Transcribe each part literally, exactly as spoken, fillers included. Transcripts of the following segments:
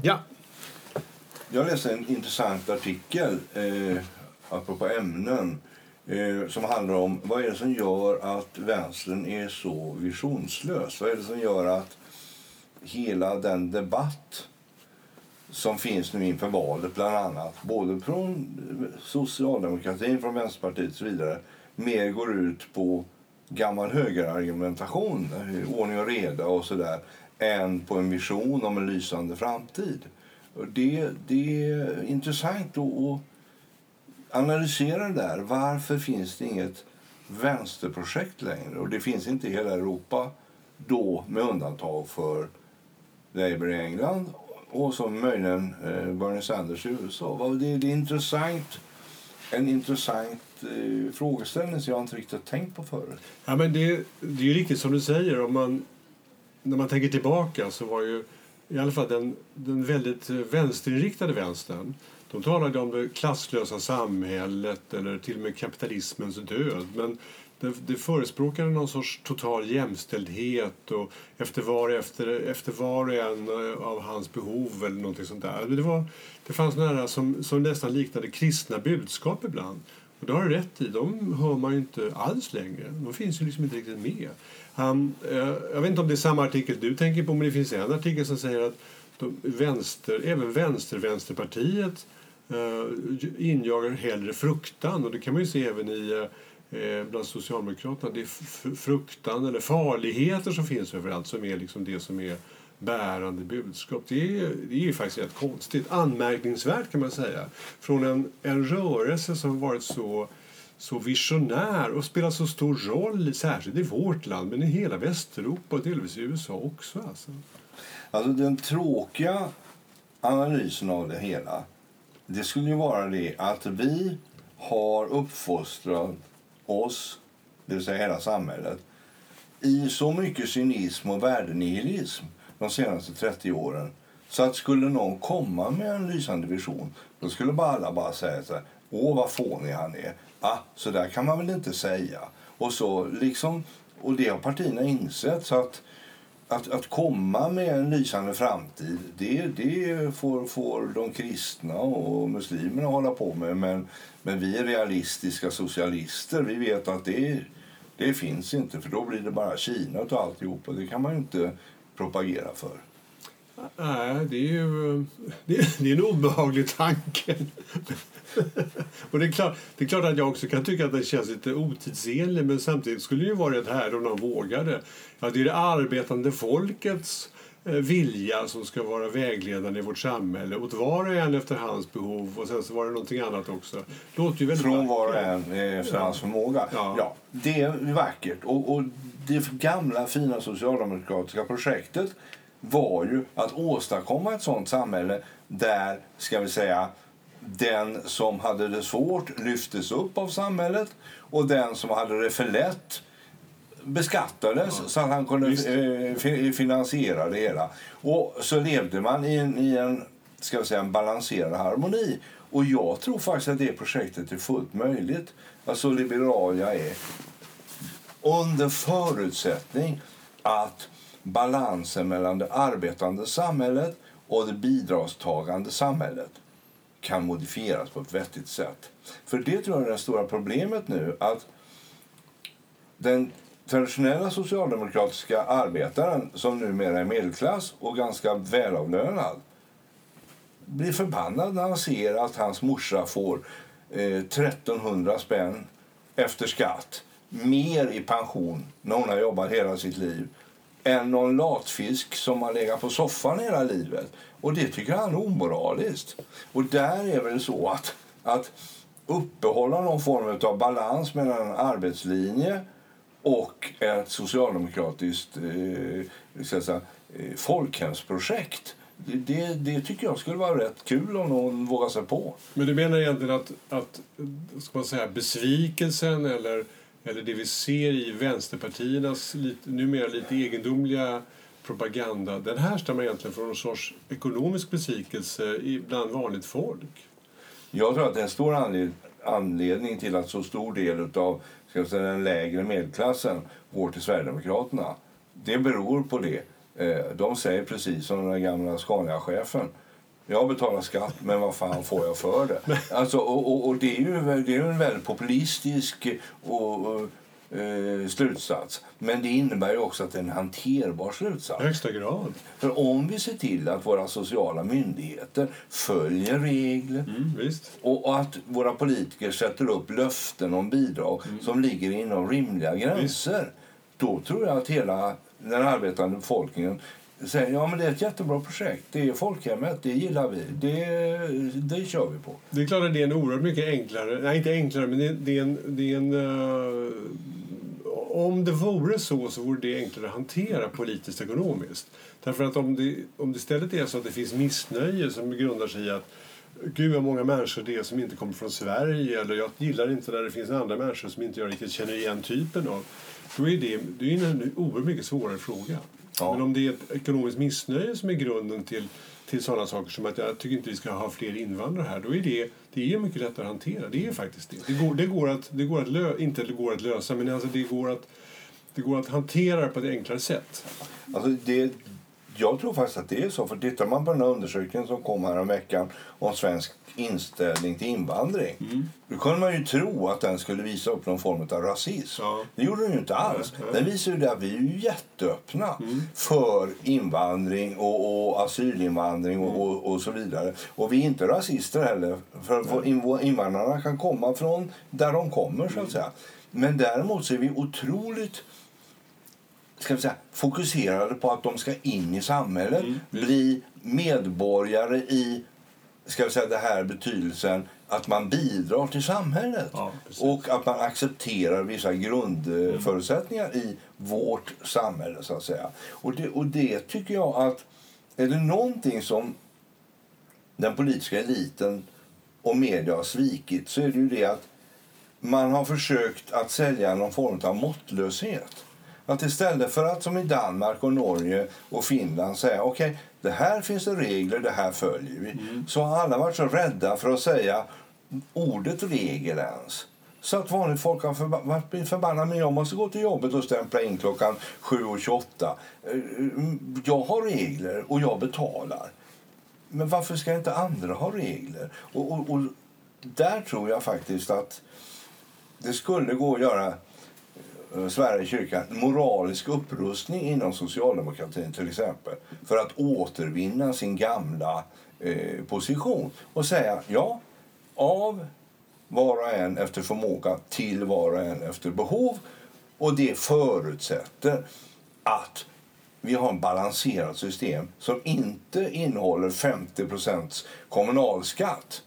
Ja. Jag läste en intressant artikel eh, apropå ämnen eh, som handlar om vad är det som gör att vänstern är så visionslös. Vad är det som gör att hela den debatt som finns nu inför valet bland annat, både från socialdemokratin, från Vänsterpartiet och så vidare, mer går ut på gammal högerargumentation, ordning och reda och sådär, än på en vision om en lysande framtid. Och det, det är intressant att analysera det där. Varför finns det inget vänsterprojekt längre? Och det finns inte i hela Europa då, med undantag för Labour i England och som möjligen eh, Bernie Sanders i U S A. Det, det är intressant, en intressant eh, frågeställning som jag inte riktigt tänkt på förut. Ja, men det, det är ju riktigt som du säger. Om man, när man tänker tillbaka så var ju i alla fall den, den väldigt vänsterinriktade vänstern. De talade om det klasslösa samhället eller till och med kapitalismens död. Men det, det förespråkade någon sorts total jämställdhet och efter var, efter, efter var och en av hans behov eller någonting sånt där. Det, var, det fanns några som, som nästan liknade kristna budskap ibland. Och det har du rätt i. De hör man ju inte alls längre. De finns ju liksom inte riktigt med. Um, jag vet inte om det är samma artikel du tänker på, men det finns en artikel som säger att de vänster, även vänster-vänsterpartiet uh, injagar hellre fruktan. Och det kan man ju se även i uh, bland Socialdemokraterna. Det är f- fruktan eller farligheter som finns överallt som är liksom det som är bärande budskap. Det är, det är ju faktiskt rätt konstigt. Anmärkningsvärt kan man säga. Från en, en rörelse som varit så, så visionär och spelat så stor roll, särskilt i vårt land, men i hela Västeuropa och delvis i U S A också. Alltså. Alltså den tråkiga analysen av det hela, det skulle ju vara det att vi har uppfostrat oss, det vill säga hela samhället, i så mycket cynism och värdenihilism de senaste trettio åren. Så att skulle någon komma med en lysande vision, då skulle bara alla bara säga så här: åh vad fånig han är. Ah, så där kan man väl inte säga. Och så liksom, och det har partierna insett, så att Att, att komma med en lysande framtid, det, det får, får de kristna och muslimerna hålla på med. Men, men vi är realistiska socialister. Vi vet att det, det finns inte, för då blir det bara Kina och alltihop. Och det kan man ju inte propagera för. Nej, det är ju det, det är en obehaglig tanke. Och det är, klart, det är klart att jag också kan tycka att det känns lite otidsenligt, men samtidigt skulle det ju vara ett här om de vågade. Ja, det är det arbetande folkets vilja som ska vara vägledande i vårt samhälle, åt var och en efter hans behov, och sen så var det någonting annat också. Låter ju väldigt Från var och en efter ja. hans förmåga. Ja. Ja, det är vackert. Och, och det gamla fina socialdemokratiska projektet var ju att åstadkomma ett sånt samhälle där, ska vi säga, den som hade det svårt lyftes upp av samhället och den som hade det för lätt beskattades ja. så att han kunde eh, finansiera det hela. Och så levde man i en, i en, ska vi säga, en balanserad harmoni. Och jag tror faktiskt att det projektet är fullt möjligt. Alltså liberal jag är. Under förutsättning att balansen mellan det arbetande samhället och det bidragstagande samhället kan modifieras på ett vettigt sätt. För det tror jag är det stora problemet nu, att den traditionella socialdemokratiska arbetaren, som numera är medelklass och ganska välavlönad, blir förbannad när han ser att hans morsa får eh, trettonhundra spänn efter skatt mer i pension när hon har jobbat hela sitt liv än någon latfisk som har legat på soffan hela livet. Och det tycker han är omoraliskt. Och där är väl så att, att uppehålla någon form av balans mellan en arbetslinje och ett socialdemokratiskt eh, ska jag säga, eh, folkhemsprojekt. Det, det, det tycker jag skulle vara rätt kul om någon vågar sig på. Men du menar egentligen att, att ska man säga, besvikelsen eller Eller det vi ser i vänsterpartiernas lite, numera lite egendomliga propaganda, den här stammar egentligen från en sorts ekonomisk besvikelse bland vanligt folk. Jag tror att det är en stor anledning till att så stor del av, ska jag säga, den lägre medelklassen går till Sverigedemokraterna. Det beror på det. De säger precis som den gamla Scania-chefen. Jag betalar skatt, men vad fan får jag för det? Alltså, och, och, och det är ju det är en väldigt populistisk och, och, eh, slutsats. Men det innebär ju också att det är en hanterbar slutsats. Högsta grad. För om vi ser till att våra sociala myndigheter följer regler mm, visst. Och, och att våra politiker sätter upp löften om bidrag mm. som ligger inom rimliga gränser, visst. Då tror jag att hela den arbetande befolkningen säger ja, men det är ett jättebra projekt. Det är folkhemmet, det gillar vi. Det, det kör vi på. Det är klart att det är en oerhört mycket enklare, nej inte enklare, men det, det är en, det är en uh, om det vore så så vore det enklare att hantera politiskt ekonomiskt. Därför att om det, om det istället är så att det finns missnöje som grundar sig i att gud vad många människor det är som inte kommer från Sverige, eller jag gillar inte när det finns andra människor som inte jag riktigt känner igen typen av, då är det, det är en oerhört mycket svårare fråga. Ja. Men om det är ett ekonomiskt missnöje som är grunden till, till sådana saker som att jag tycker inte vi ska ha fler invandrare här, då är det, det är mycket lättare att hantera. Det är faktiskt det. Det går, det går att, det går att lö, inte det går att lösa, men alltså det, går att, det går att hantera på ett enklare sätt. Alltså det, jag tror faktiskt att det är så. För tittar man på den här undersökningen som kom här om veckan om svensk inställning till invandring, mm. då kunde man ju tro att den skulle visa upp någon form av rasism. Ja. Det gjorde den ju inte alls. Ja, ja. Den visar ju att vi är ju jätteöppna mm. för invandring och, och asylinvandring och, mm. och, och så vidare. Och vi är inte rasister heller. För ja. invandrarna kan komma från där de kommer, så att säga. Men däremot så är vi otroligt ska vi säga, fokuserade på att de ska in i samhället, mm. bli medborgare i, ska vi säga, det här betydelsen att man bidrar till samhället, ja, och att man accepterar vissa grundförutsättningar mm. i vårt samhälle, så att säga. Och det, och det tycker jag att är det någonting som den politiska eliten och media har svikit, så är det ju det att man har försökt att sälja någon form av måttlöshet. Att istället för att som i Danmark och Norge och Finland säga okej, okay, det här finns det regler, det här följer vi. Mm. Så har alla varit så rädda för att säga ordet regel ens. Så att vanligt folk har förba- varit förbannade, men jag måste gå till jobbet och stämpla in klockan sju och tjugoåtta. Jag har regler och jag betalar. Men varför ska inte andra ha regler? Och, och, och där tror jag faktiskt att det skulle gå att göra Sverige kyrkan moralisk upprustning inom socialdemokratin till exempel, för att återvinna sin gamla eh, position och säga ja, av var och en efter förmåga till var och en efter behov, och det förutsätter att vi har en balanserat system som inte innehåller femtio procent kommunalskatt.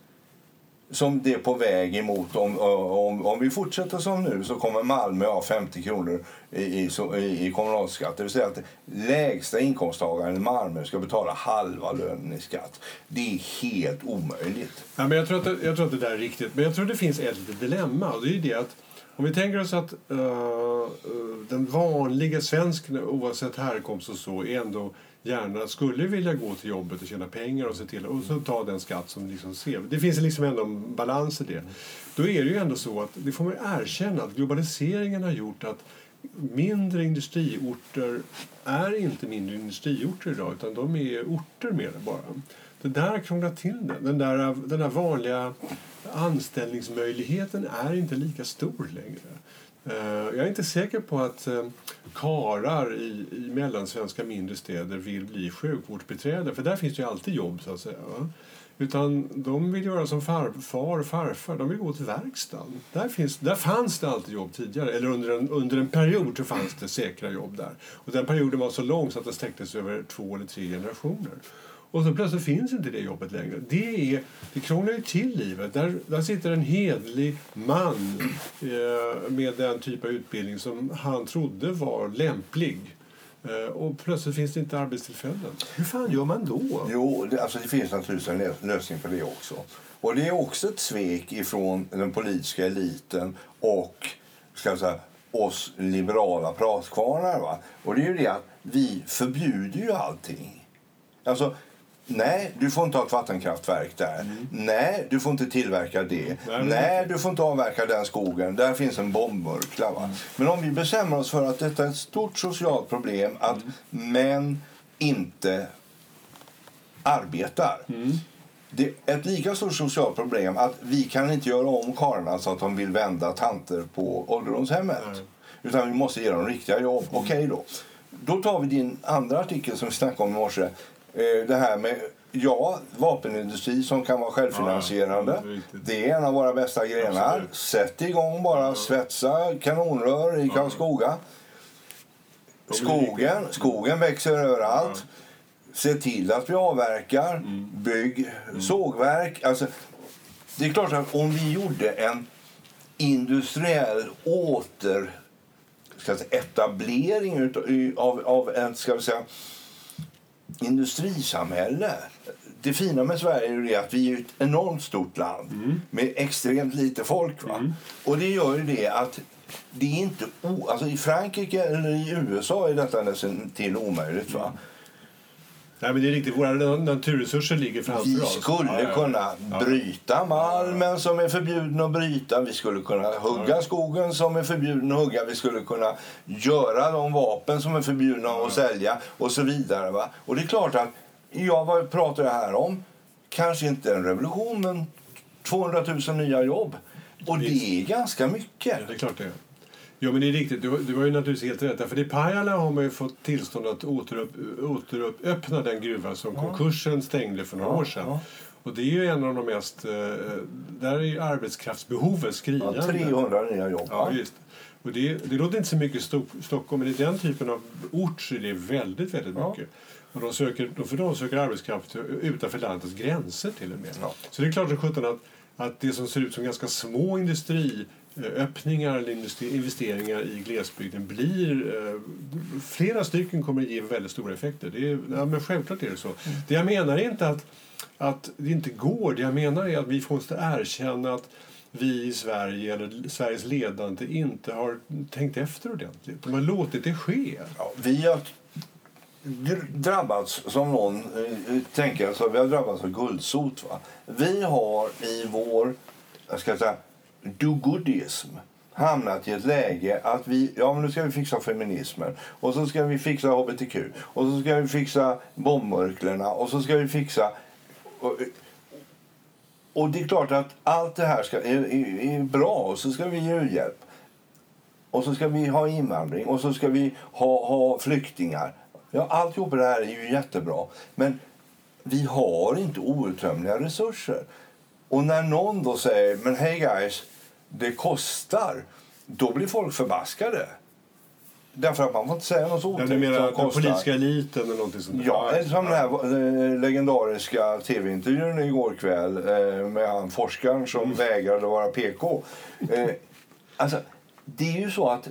Som det är på väg emot. Om, om, om vi fortsätter som nu så kommer Malmö ha femtio kronor i, i, i kommunalskatt. Det vill säga att lägsta inkomsttagaren i Malmö ska betala halva lönen i skatt. Det är helt omöjligt. Ja, men jag, tror att det, jag tror att det där är riktigt. Men jag tror att det finns ett litet dilemma. Och det är det att om vi tänker oss att uh, den vanliga svensken, oavsett härkomst och så, är ändå gärna skulle vilja gå till jobbet och tjäna pengar och se till och så ta den skatt som liksom ser. Det finns liksom ändå en balans i det. Då är det ju ändå så att det får man erkänna att globaliseringen har gjort att mindre industriorter är inte mindre industriorter idag, utan de är orter mer bara. Det där krånglar till det. Den där, den där vanliga anställningsmöjligheten är inte lika stor längre. Jag är inte säker på att karar i, i mellansvenska mindre städer vill bli sjukvårdsbiträde, för där finns det ju alltid jobb, så att säga. Utan de vill göra som farfar och farfar, de vill gå till verkstaden. Där, finns, där fanns det alltid jobb tidigare, eller under en, under en period så fanns det säkra jobb där. Och den perioden var så lång så att det sträcktes över två eller tre generationer. Och så plötsligt finns inte det jobbet längre. Det, är, det krånglar ju till livet. Där, där sitter en hedlig man eh, med den typ av utbildning som han trodde var lämplig. Eh, och plötsligt finns det inte arbetstillfällen. Hur fan gör man då? Jo, det, alltså det finns naturligtvis en lösning för det också. Och det är också ett svek ifrån den politiska eliten och ska jag säga, oss liberala pratkvarnar. Va? Och det är ju det att vi förbjuder ju allting. Alltså, nej, du får inte ha ett vattenkraftverk där. Mm. Nej, du får inte tillverka det. Nej, nej, du får inte avverka den skogen. Där finns en bombmurkla. Va? Mm. Men om vi bestämmer oss för att detta är ett stort socialt problem, att mm. män inte arbetar. Mm. Det är ett lika stort socialt problem att vi kan inte göra om karlarna så att de vill vända tanter på ålderdomshemmet. Mm. Utan vi måste ge dem riktiga jobb. Mm. Okej då. Då tar vi din andra artikel som vi snackade om i morse. Eh, det här med, ja, vapenindustri som kan vara självfinansierande. Ja, det, är det är en av våra bästa grenar. Absolut. Sätt igång bara, ja. Svetsa kanonrör i Karlskoga. Ja. Skogen, skogen växer överallt. Ja. Se till att vi avverkar, mm. bygg, mm. sågverk. Alltså, det är klart att om vi gjorde en industriell åter ska säga, etablering av, av en ska vi säga, industrisamhälle. Det fina med Sverige är ju att vi är ett enormt stort land mm. med extremt lite folk. Va? Mm. Och det gör ju det att det är inte o, alltså i Frankrike eller i U S A är detta nästan till omöjligt. Va? Mm. Nej, men det är riktigt. Våra naturresurser ligger framför vi oss. Vi skulle ja, kunna ja. bryta malmen ja. som är förbjuden att bryta. Vi skulle kunna hugga ja. skogen som är förbjuden att hugga. Vi skulle kunna göra de vapen som är förbjudna ja. att sälja och så vidare. Va? Och det är klart att, ja, vad pratar jag här om? Kanske inte en revolution, men tvåhundratusen nya jobb. Och det är ganska mycket. Ja, det är klart det är. Ja, men det är riktigt. Du, du var ju naturligtvis helt rätt. För i Pajala har man ju fått tillstånd att återupp, återupp, öppna den gruva som ja. konkursen stängde för några ja, år sedan. Ja. Och det är ju en av de mest... Eh, där är ju arbetskraftsbehovet skriande. Ja, trehundra nya jobb. Ja, just. Och det, det låter inte så mycket i Stock, Stockholm, men i den typen av ort så är det väldigt, väldigt ja. mycket. Och de söker, för de söker arbetskraft utanför landets gränser till och med. Ja. Så det är klart att, att, att det som ser ut som ganska små industri öppningar eller investeringar i glesbygden blir eh, flera stycken kommer att ge väldigt stora effekter. Det är, ja, men självklart är det så. Mm. Det jag menar är inte att, att det inte går. Det jag menar är att vi måste erkänna att vi i Sverige eller Sveriges ledande inte har tänkt efter ordentligt. De har låtit det ske. Ja, vi har drabbats som någon äh, tänker alltså, vi har drabbats av guldsot. Va? Vi har i vår, jag ska säga, do-goodism hamnat i ett läge att vi, ja men nu ska vi fixa feminismen och så ska vi fixa H B T Q och så ska vi fixa bombmörklarna och så ska vi fixa och, och det är klart att allt det här ska, är, är, är bra och så ska vi ge hjälp och så ska vi ha invandring och så ska vi ha, ha flyktingar. Ja, alltihop det här är ju jättebra, men vi har inte outtömliga resurser. Och när någon då säger, men hej guys, det kostar, då blir folk förbaskade. Därför att man får inte säga något så otäckt som kostar. Den politiska eliten eller någonting sånt. Ja, eller som den här äh, legendariska tv-intervjun igår kväll äh, med han forskaren som mm. vägrade vara P K. Äh, alltså, det är ju så att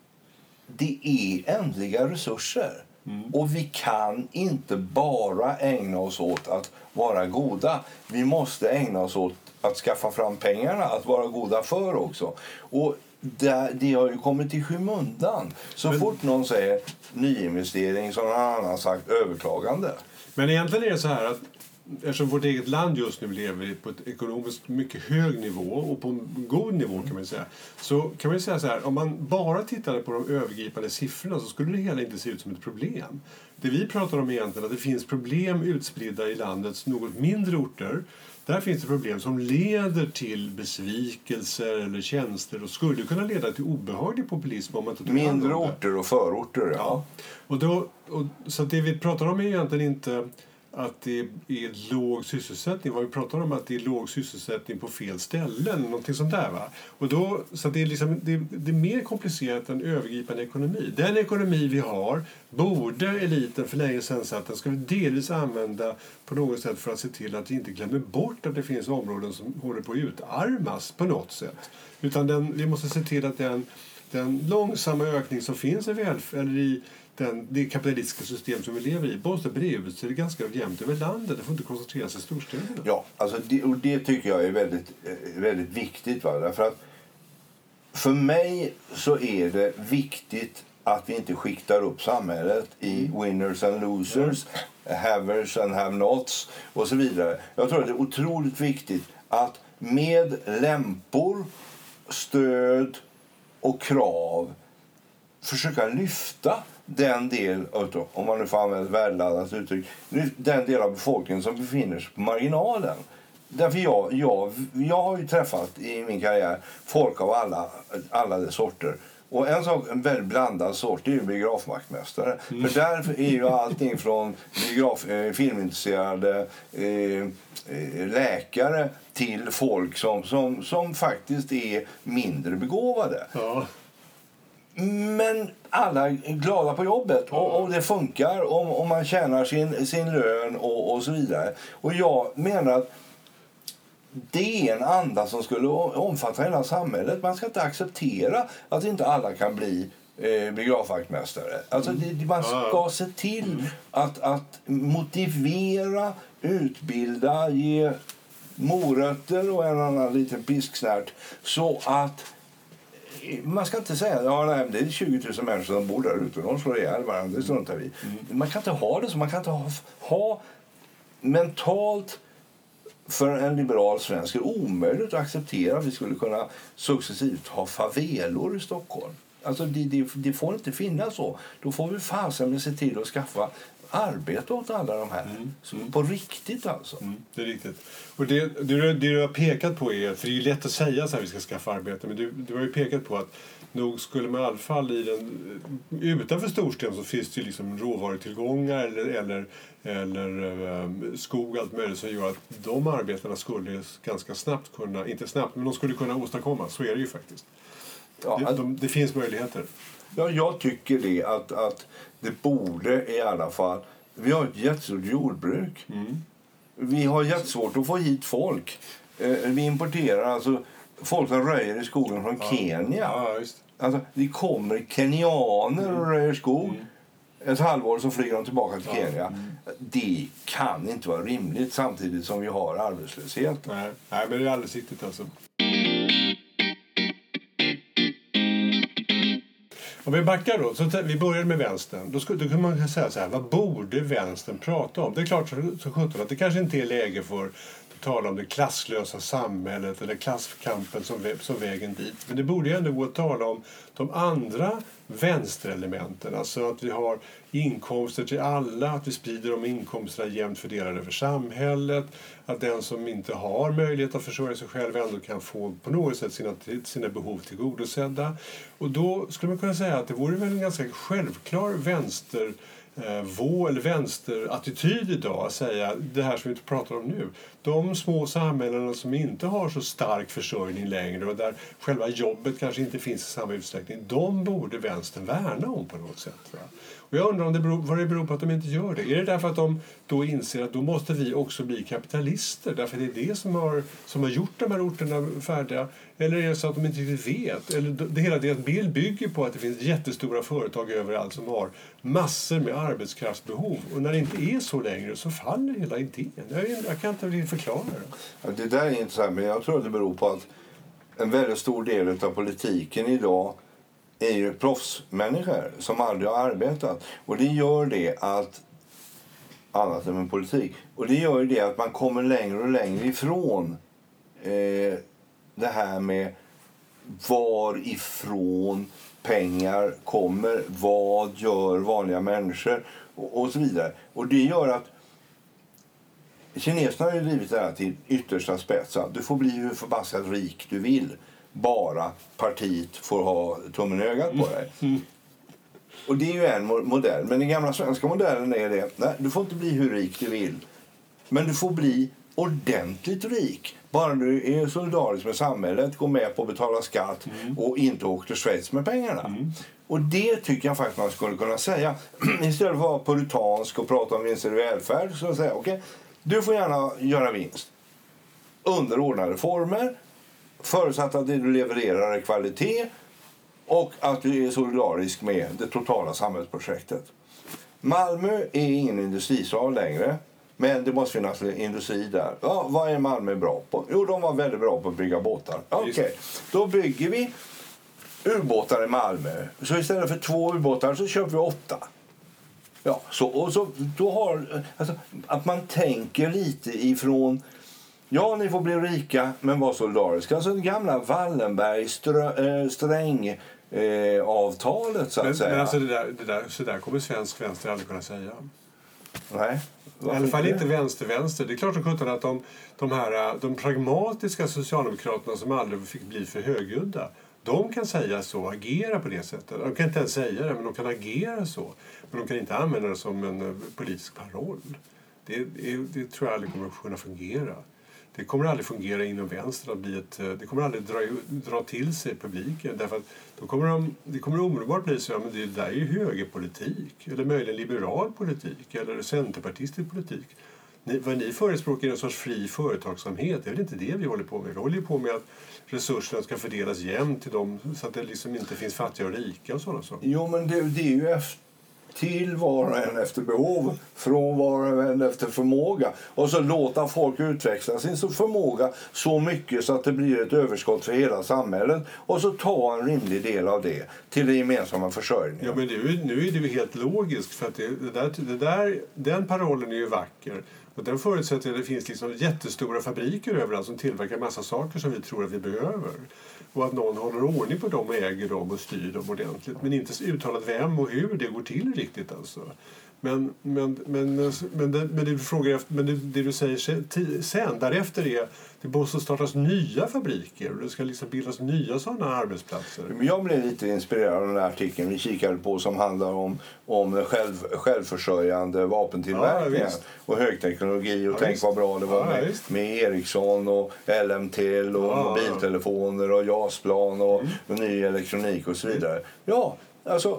det är ändliga resurser. Mm. Och vi kan inte bara ägna oss åt att vara goda. Vi måste ägna oss åt att skaffa fram pengarna, att vara goda för också. Och det, det har ju kommit i skymundan. Så men, fort någon säger nyinvestering, som någon annan sagt, överklagande. Men egentligen är det så här att eftersom vårt eget land just nu lever på ett ekonomiskt mycket hög nivå och på en god nivå kan man säga, så kan man säga så här, om man bara tittade på de övergripande siffrorna så skulle det hela inte se ut som ett problem. Det vi pratar om egentligen är att det finns problem utspridda i landets något mindre orter. Där finns det problem som leder till besvikelser eller tjänster och skulle kunna leda till obehaglig populism om man inte mindre orter och förorter, ja. ja. Och då, och, så det vi pratar om är egentligen inte att det är låg sysselsättning. Vad vi pratar om är att det är låg sysselsättning på fel ställen. Någonting sånt där, va? Och då, så det, är liksom, det, det är mer komplicerat än övergripande ekonomi. Den ekonomi vi har borde eliten för länge sedan så att den ska vi delvis använda på något sätt för att se till att vi inte glömmer bort att det finns områden som håller på att utarmas på något sätt. Utan den, vi måste se till att den, den långsamma ökning som finns i välfärd eller i Den, det kapitalistiska system som vi lever i måste brevet så är det ganska jämnt över landet. Det får inte koncentreras sig i storstäderna. Ja, alltså det, och det tycker jag är väldigt, väldigt viktigt. Va? Därför att för mig så är det viktigt att vi inte skiktar upp samhället i winners and losers, mm. havers and have-nots och så vidare. Jag tror att det är otroligt viktigt att med lämpor, stöd och krav försöka lyfta den del, om man nu får använda ett värdeladdat uttryck, den del av befolkningen som befinner sig på marginalen. Därför jag, jag, jag har ju träffat i min karriär folk av alla, alla sorter. Och en sak, en väldigt blandad sort, det är ju biografvaktmästare. Mm. För där är ju allting från biograf, eh, filmintresserade eh, läkare till folk som, som, som faktiskt är mindre begåvade. Ja. Men alla är glada på jobbet och, och det funkar och, och man tjänar sin, sin lön och, och så vidare. Och jag menar att det är en anda som skulle omfatta hela samhället. Man ska inte acceptera att inte alla kan bli eh, biografvaktmästare. Alltså det, man ska se till att, att motivera, utbilda, ge morötter och en annan liten pisksnärt så att man ska inte säga ja, nej, det är tjugo tusen människor som bor där ute och de slår ihjäl varandra. Det struntar vi. Mm. Man kan inte ha det så. Man kan inte ha, ha mentalt för en liberal svensk är omöjligt att acceptera att vi skulle kunna successivt ha favelor i Stockholm. Alltså det, det, det får inte finnas så. Då får vi fasen se till att skaffa arbete åt alla de här. Mm. Mm. På riktigt alltså. Mm. Det är riktigt. Och det, det, det du har pekat på är, för det är ju lätt att säga så här vi ska skaffa arbete, men du, du har ju pekat på att nog skulle man i alla fall i den, utanför storstäderna så finns det ju liksom råvarutillgångar eller, eller, eller um, skog allt möjligt som gör att de arbetarna skulle ganska snabbt kunna, inte snabbt, men de skulle kunna åstadkomma. Så är det ju faktiskt. Ja, det, de, det finns möjligheter. Ja, jag tycker det att, att det borde i alla fall. Vi har ett jättestort jordbruk. Mm. Vi har jättesvårt att få hit folk. Eh, vi importerar alltså folk som röjer i skogen från ja. Kenya. Ja, just. Alltså, det kommer kenyaner mm. och röjer skog. Mm. Ett halvår så flyger de tillbaka till ja. Kenya. Mm. Det kan inte vara rimligt samtidigt som vi har arbetslöshet. Nej, Nej men det är alldeles riktigt alltså. Om vi backar då, så vi började med vänstern. Då, skulle, då kan man säga så här, vad borde vänstern prata om? Det är klart så, så sjutton att det kanske inte är läge för att tala om det klasslösa samhället eller klasskampen som, som vägen dit. Men det borde ju ändå gå att tala om de andra vänsterelementen. Alltså att vi har inkomster till alla, att vi sprider de inkomsterna jämnt fördelade över samhället. Att den som inte har möjlighet att försörja sig själv ändå kan få på något sätt sina, sina behov tillgodosedda. Och då skulle man kunna säga att det vore väl en ganska självklar vänster eh, vå eller vänsterattityd idag att säga det här som vi pratar om nu. De små samhällena som inte har så stark försörjning längre och där själva jobbet kanske inte finns i samma utsträckning, de borde vänstern värna om på något sätt. Va? Och jag undrar om det beror, vad det beror på att de inte gör det. Är det därför att de då inser att då måste vi också bli kapitalister? Därför det är det som har, som har gjort de här orterna färdiga? Eller är det så att de inte riktigt vet? Eller det hela deras bild bygger på att det finns jättestora företag överallt som har massor med arbetskraftsbehov. Och när det inte är så längre så faller hela idén. Jag, jag kan inte förklara det. Ja, det där är intressant, men jag tror att det beror på att en väldigt stor del av politiken idag är ju proffsmänniskor som aldrig har arbetat. Och det gör det att, annat än med politik, och det gör det att man kommer längre och längre ifrån eh, det här med varifrån pengar kommer, vad gör vanliga människor och, och så vidare. Och det gör att kineserna har ju drivit det här till yttersta spets. Du får bli hur förbaskat rik du vill. Bara partiet får ha tummen i ögat på dig. Mm. Och det är ju en modell. Men den gamla svenska modellen är det. Nej, du får inte bli hur rik du vill. Men du får bli ordentligt rik. Bara du är solidarisk med samhället, går med på att betala skatt mm. och inte åker till Schweiz med pengarna. Mm. Och det tycker jag faktiskt man skulle kunna säga. Istället för att vara puritansk och prata om vinster i välfärd så att säga, okej, okay, du får gärna göra vinst. Under ordnade former. Förutsatt att det du levererar är kvalitet och att du är solidarisk med det totala samhällsprojektet. Malmö är ingen industrisal längre, men det måste finnas industri där. Ja, vad är Malmö bra på? Jo, de var väldigt bra på att bygga båtar. Okej, okay. Då bygger vi ubåtar i Malmö. Så istället för två ubåtar så köper vi åtta. Ja, så, och så, då har, alltså, att man tänker lite ifrån ja, ni får bli rika, men var solidariska. Alltså den gamla Wallenberg, strö, äh, sträng eh, avtalet så att men, säga. Men alltså det där, det där, så där kommer svensk vänster aldrig kunna säga. Nej. I alla fall inte vänster-vänster. Det är klart som sjutton att de, de, här, de pragmatiska socialdemokraterna som aldrig fick bli för högljudda, de kan säga så, agera på det sättet. De kan inte ens säga det, men de kan agera så. Men de kan inte använda det som en politisk paroll. Det, det, det tror jag aldrig kommer att kunna fungera. Det kommer aldrig fungera inom vänster att bli ett, det kommer aldrig dra, dra till sig publiken, därför att då kommer de, det kommer omedelbart bli så, ja, men det där är ju högerpolitik eller möjligen liberal politik eller centerpartistisk politik. Ni, vad ni förespråkar är en sorts fri företagsamhet. Det är väl inte det vi håller på med. Vi håller ju på med att resurserna ska fördelas jämnt till dem så att det liksom inte finns fattiga och rika och sådana saker. Jo, men det, det är ju efter till var och en efter behov, från var och en efter förmåga. Och så låta folk utveckla sin förmåga så mycket så att det blir ett överskott för hela samhället. Och så ta en rimlig del av det till den gemensamma försörjningen. Ja, men det, nu är det ju helt logiskt, för att det, det där, det där, den parollen är ju vacker. Och den förutsätter att det finns liksom jättestora fabriker överallt som tillverkar massa saker som vi tror att vi behöver. Och att någon håller ordning på dem och äger dem och styr dem ordentligt. Men inte uttalat vem och hur det går till riktigt alltså. Men, men, men, men, det, men, det, du frågar efter, men det, det du säger sen, därefter är det måste startas nya fabriker och det ska liksom bildas nya sådana arbetsplatser. Jag blev lite inspirerad av den här artikeln vi kikade på som handlar om, om själv, självförsörjande vapentillverkning ja, och högteknologi och ja, tänk visst. Vad bra det var ja, med, med Ericsson och L M T och ja, mobiltelefoner och JAS-plan och, mm. och ny elektronik och så vidare. Ja, alltså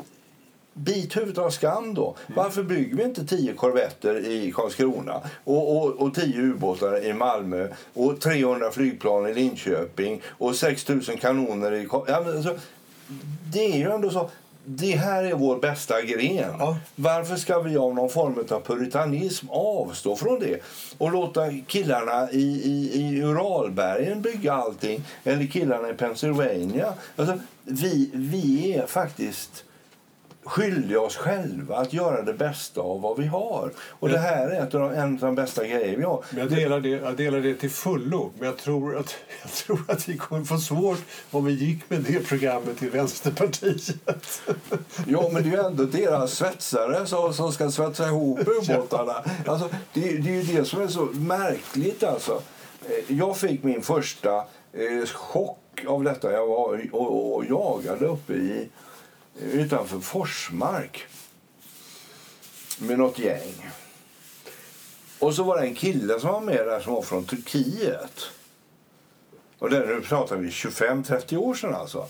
bit huvudet av skam då. Varför bygger vi inte tio korvetter i Karlskrona och, och, och tio ubåtar i Malmö och trehundra flygplan i Linköping och sex tusen kanoner i... Ja, men alltså, det är ju ändå så. Det här är vår bästa gren. Ja. Varför ska vi av någon form av puritanism avstå från det och låta killarna i, i, i Uralbergen bygga allting eller killarna i Pennsylvania? Alltså, vi, vi är faktiskt skyldiga oss själva att göra det bästa av vad vi har. Och men, det här är ett av de, en av de bästa grejer vi har. Men jag, delar det, jag delar det till fullo. Men jag tror, att, jag tror att vi kommer få svårt om vi gick med det programmet till Vänsterpartiet. Ja, men det är ju ändå deras svetsare som, som ska svetsa ihop ubåtarna. Alltså, det, det är ju det som är så märkligt. Alltså. Jag fick min första eh, chock av detta. Jag var och, och jagade uppe i utanför Forsmark med något gäng. Och så var det en kille som var med där som var från Turkiet. Och där nu pratar vi tjugofem trettio år sedan alltså.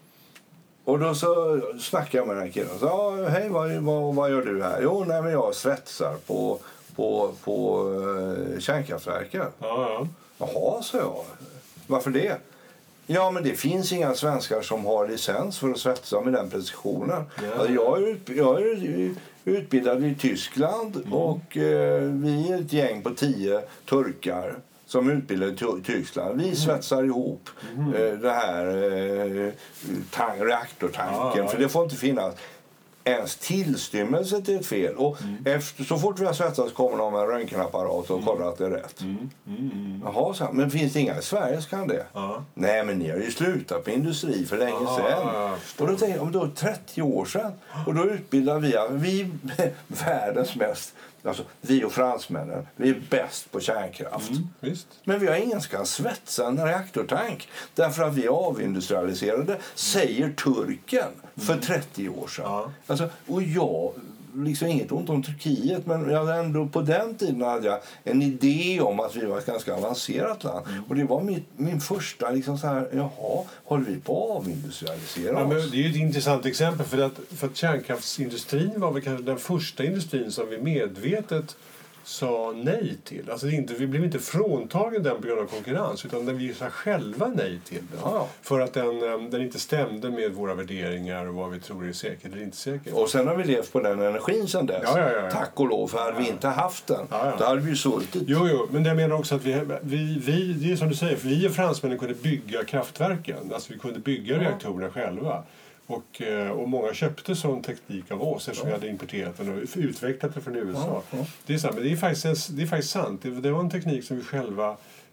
Och då så snackade jag med den killen och sa, hej, vad, vad, vad gör du här? Jo, nej, men jag svetsar på, på, på uh, kärnkraftverken. Ja, ja. Jaha, så jag. Varför det? Ja, men det finns inga svenskar som har licens för att svetsa med den precisionen. Ja. Alltså, jag, är ut, jag är utbildad i Tyskland mm. och eh, vi är ett gäng på tio turkar som är utbildade i Tyskland. Vi mm. svetsar ihop mm. eh, det här eh, tank, reaktortanken, ja, för det får inte finnas ens tillstymmelse till ett fel. Och mm. efter, så fort vi har svetsats kommer de med en röntgenapparat och kollar att det är rätt. Mm. Mm. Jaha, så, men finns det inga i Sverige så kan det? Ja. Nej, men ni har ju slutat på industri för länge ja, sedan. Ja, och då tänker jag, om då trettio år sedan, och då utbildar vi, vi världens mest, alltså vi och fransmännen, vi är bäst på kärnkraft. Mm, visst. Men vi har ingen som kan svetsa en reaktortank därför att vi är avindustrialiserade, säger turken för trettio år sedan. Ja. Alltså, och jag, liksom inget ont om Turkiet, men jag hade ändå på den tiden hade jag en idé om att vi var ett ganska avancerat land. Mm. Och det var min, min första liksom så här, jaha, håller vi på att avindustrialisera ja, oss? Men det är ju ett intressant exempel, för att, för att kärnkraftsindustrin var väl kanske den första industrin som vi medvetet sa nej till. Alltså inte, vi blev inte fråntagen den på grund av konkurrens, utan den vi sa själva nej till den. Ja. För att den, den inte stämde med våra värderingar och vad vi tror är säkert eller inte säkert. Och sen har vi levt på den energin sedan dess. Ja, ja, ja, ja. Tack och lov, för hade ja. vi inte haft den, ja, ja. då hade vi ju sultit. Jo, jo, men jag menar också att vi, vi, vi, det är som du säger, för vi och fransmännen kunde bygga kraftverken. Alltså vi kunde bygga ja. reaktorerna själva. Och, och många köpte sån teknik av oss eftersom ja. vi hade importerat den och utvecklat den från U S A. Ja, ja. Det är sant, men det är faktiskt, det är faktiskt sant. Det, det var en teknik som vi själva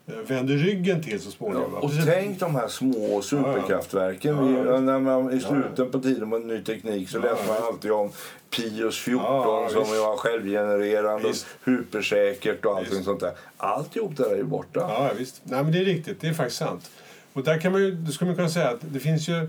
vänder ryggen till så småningom. Ja, och tänk de här små superkraftverken. Ja, ja. Vi, när man i slutet på tiden med ny teknik så ja, läser man alltid om Pius fjorton ja, som var självgenererande, visst. Hypersäkert och allting sånt där. Alltihop där är ju borta. Ja, visst. Nej, men det är riktigt. Det är faktiskt sant. Och där kan man ju, då skulle man kunna säga att det finns ju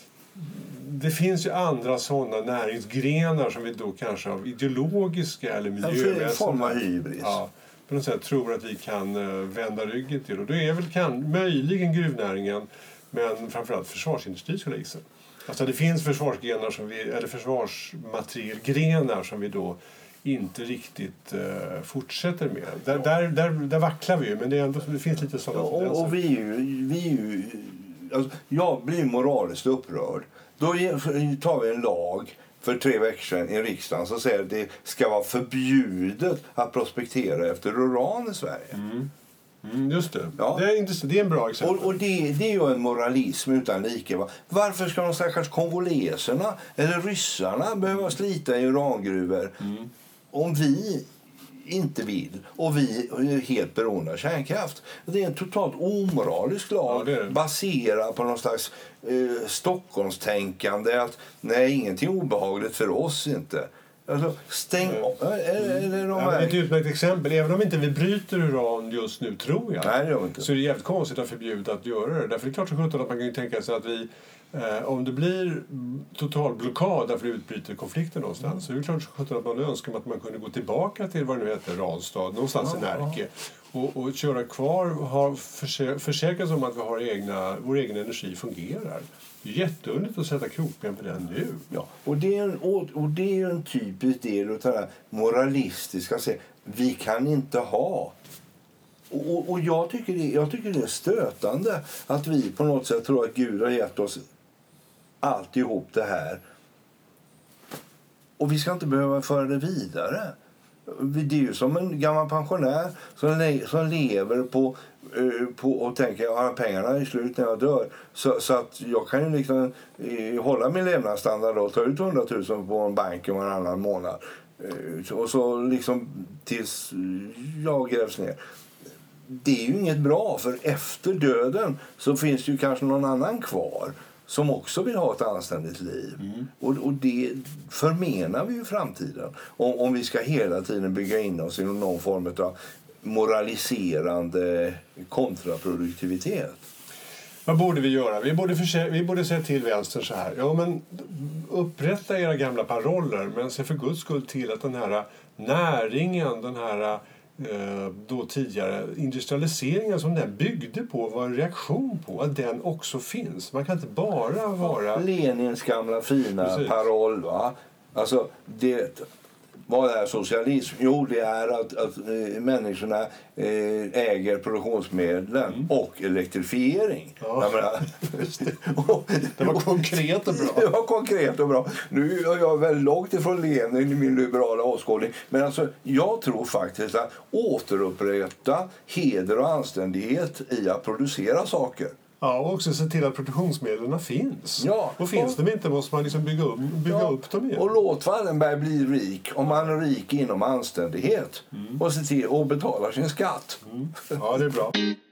det finns ju andra sådana näringsgrenar som vi då kanske av ideologiska eller miljömässiga en form av hybris. Ja, på något sätt tror att vi kan uh, vända ryggen till. Och då är väl kan, möjligen gruvnäringen, men framförallt försvarsindustri skulle jag gissa. Alltså det finns försvarsgrenar som vi, eller försvarsmaterielgrenar som vi då inte riktigt uh, fortsätter med. Där, där, där, där vacklar vi ju, men det, är ändå, det finns lite sådana ja, och, och vi är ju, vi är ju alltså, jag blir moraliskt upprörd. Då tar vi en lag för tre veckor sedan i riksdagen som säger att det ska vara förbjudet att prospektera efter uran i Sverige. Mm. Mm, just det. Ja. Det, är inte, det är en bra exempel. Och, och det, det är ju en moralism utan like. Va? Varför ska de stackars kongoleserna eller ryssarna behöva slita i urangruvor mm. om vi inte vill och vi är helt beroende av kärnkraft? Det är en totalt omoralisk lag ja, baserad på någon slags eh, Stockholmstänkande att nej, ingenting obehagligt för oss inte. Alltså, stäng mm. av. Eller de ja, ett utmärkt exempel. Även om inte vi bryter uran just nu, tror jag, nej, det gör vi inte. Så är det jävligt konstigt att förbjuda att göra det. Därför är det klart så sjutton att man kan ju tänka sig att vi Eh, om det blir total blockad därför det utbryter konflikter någonstans mm. så är det klart så att man önskar att man kunde gå tillbaka till vad det nu heter, Ranstad, någonstans ja, i Närke ja. och, och köra kvar och ha försä- försäkras om att vi har egna, vår egen energi fungerar. Det är jätteundigt att sätta krokben på den nu. Ja, och det är en, och det är en typisk del av det här moralistiska. Vi kan inte ha. Och, och jag, tycker det, jag tycker det är stötande att vi på något sätt tror att Gud har gett oss alltihop det här. Och vi ska inte behöva föra det vidare. Det är ju som en gammal pensionär som, le, som lever på, uh, på och tänker att jag har pengarna i slut när jag dör. Så, så att jag kan ju liksom uh, hålla min levnadsstandard och ta ut hundratusen på en bank en annan månad. Uh, och så liksom tills jag grävs ner. Det är ju inget bra, för efter döden så finns det ju kanske någon annan kvar som också vill ha ett anständigt liv. Mm. Och, och det förmenar vi ju framtiden. Om, om vi ska hela tiden bygga in oss i någon form av moraliserande kontraproduktivitet. Vad borde vi göra? Vi borde, försä- vi borde säga till vänster så här. Ja, men upprätta era gamla paroller, men se för Guds skull till att den här näringen, den här då tidigare industrialiseringen som den byggde på var en reaktion på att den också finns. Man kan inte bara vara... Lenins gamla fina Precis. paroll, va? Alltså, det... Vad är socialism? Jo, det är att, att äh, människorna äh, äger produktionsmedlen mm. och elektrifiering. Ja. Jag menar, just det. det var konkret och bra. Det var konkret och bra. Nu är jag väldigt långt ifrån Lenin i min liberala åskådning. Men alltså, jag tror faktiskt att återupprätta heder och anständighet i att producera saker. Ja, och också se till att produktionsmedlen finns. Ja, och finns och, de inte måste man liksom bygga upp, bygga ja, upp dem igen. Och låt Wallenberg bli rik om han är rik inom anständighet. Mm. Och se till och betalar sin skatt. Mm. Ja, det är bra.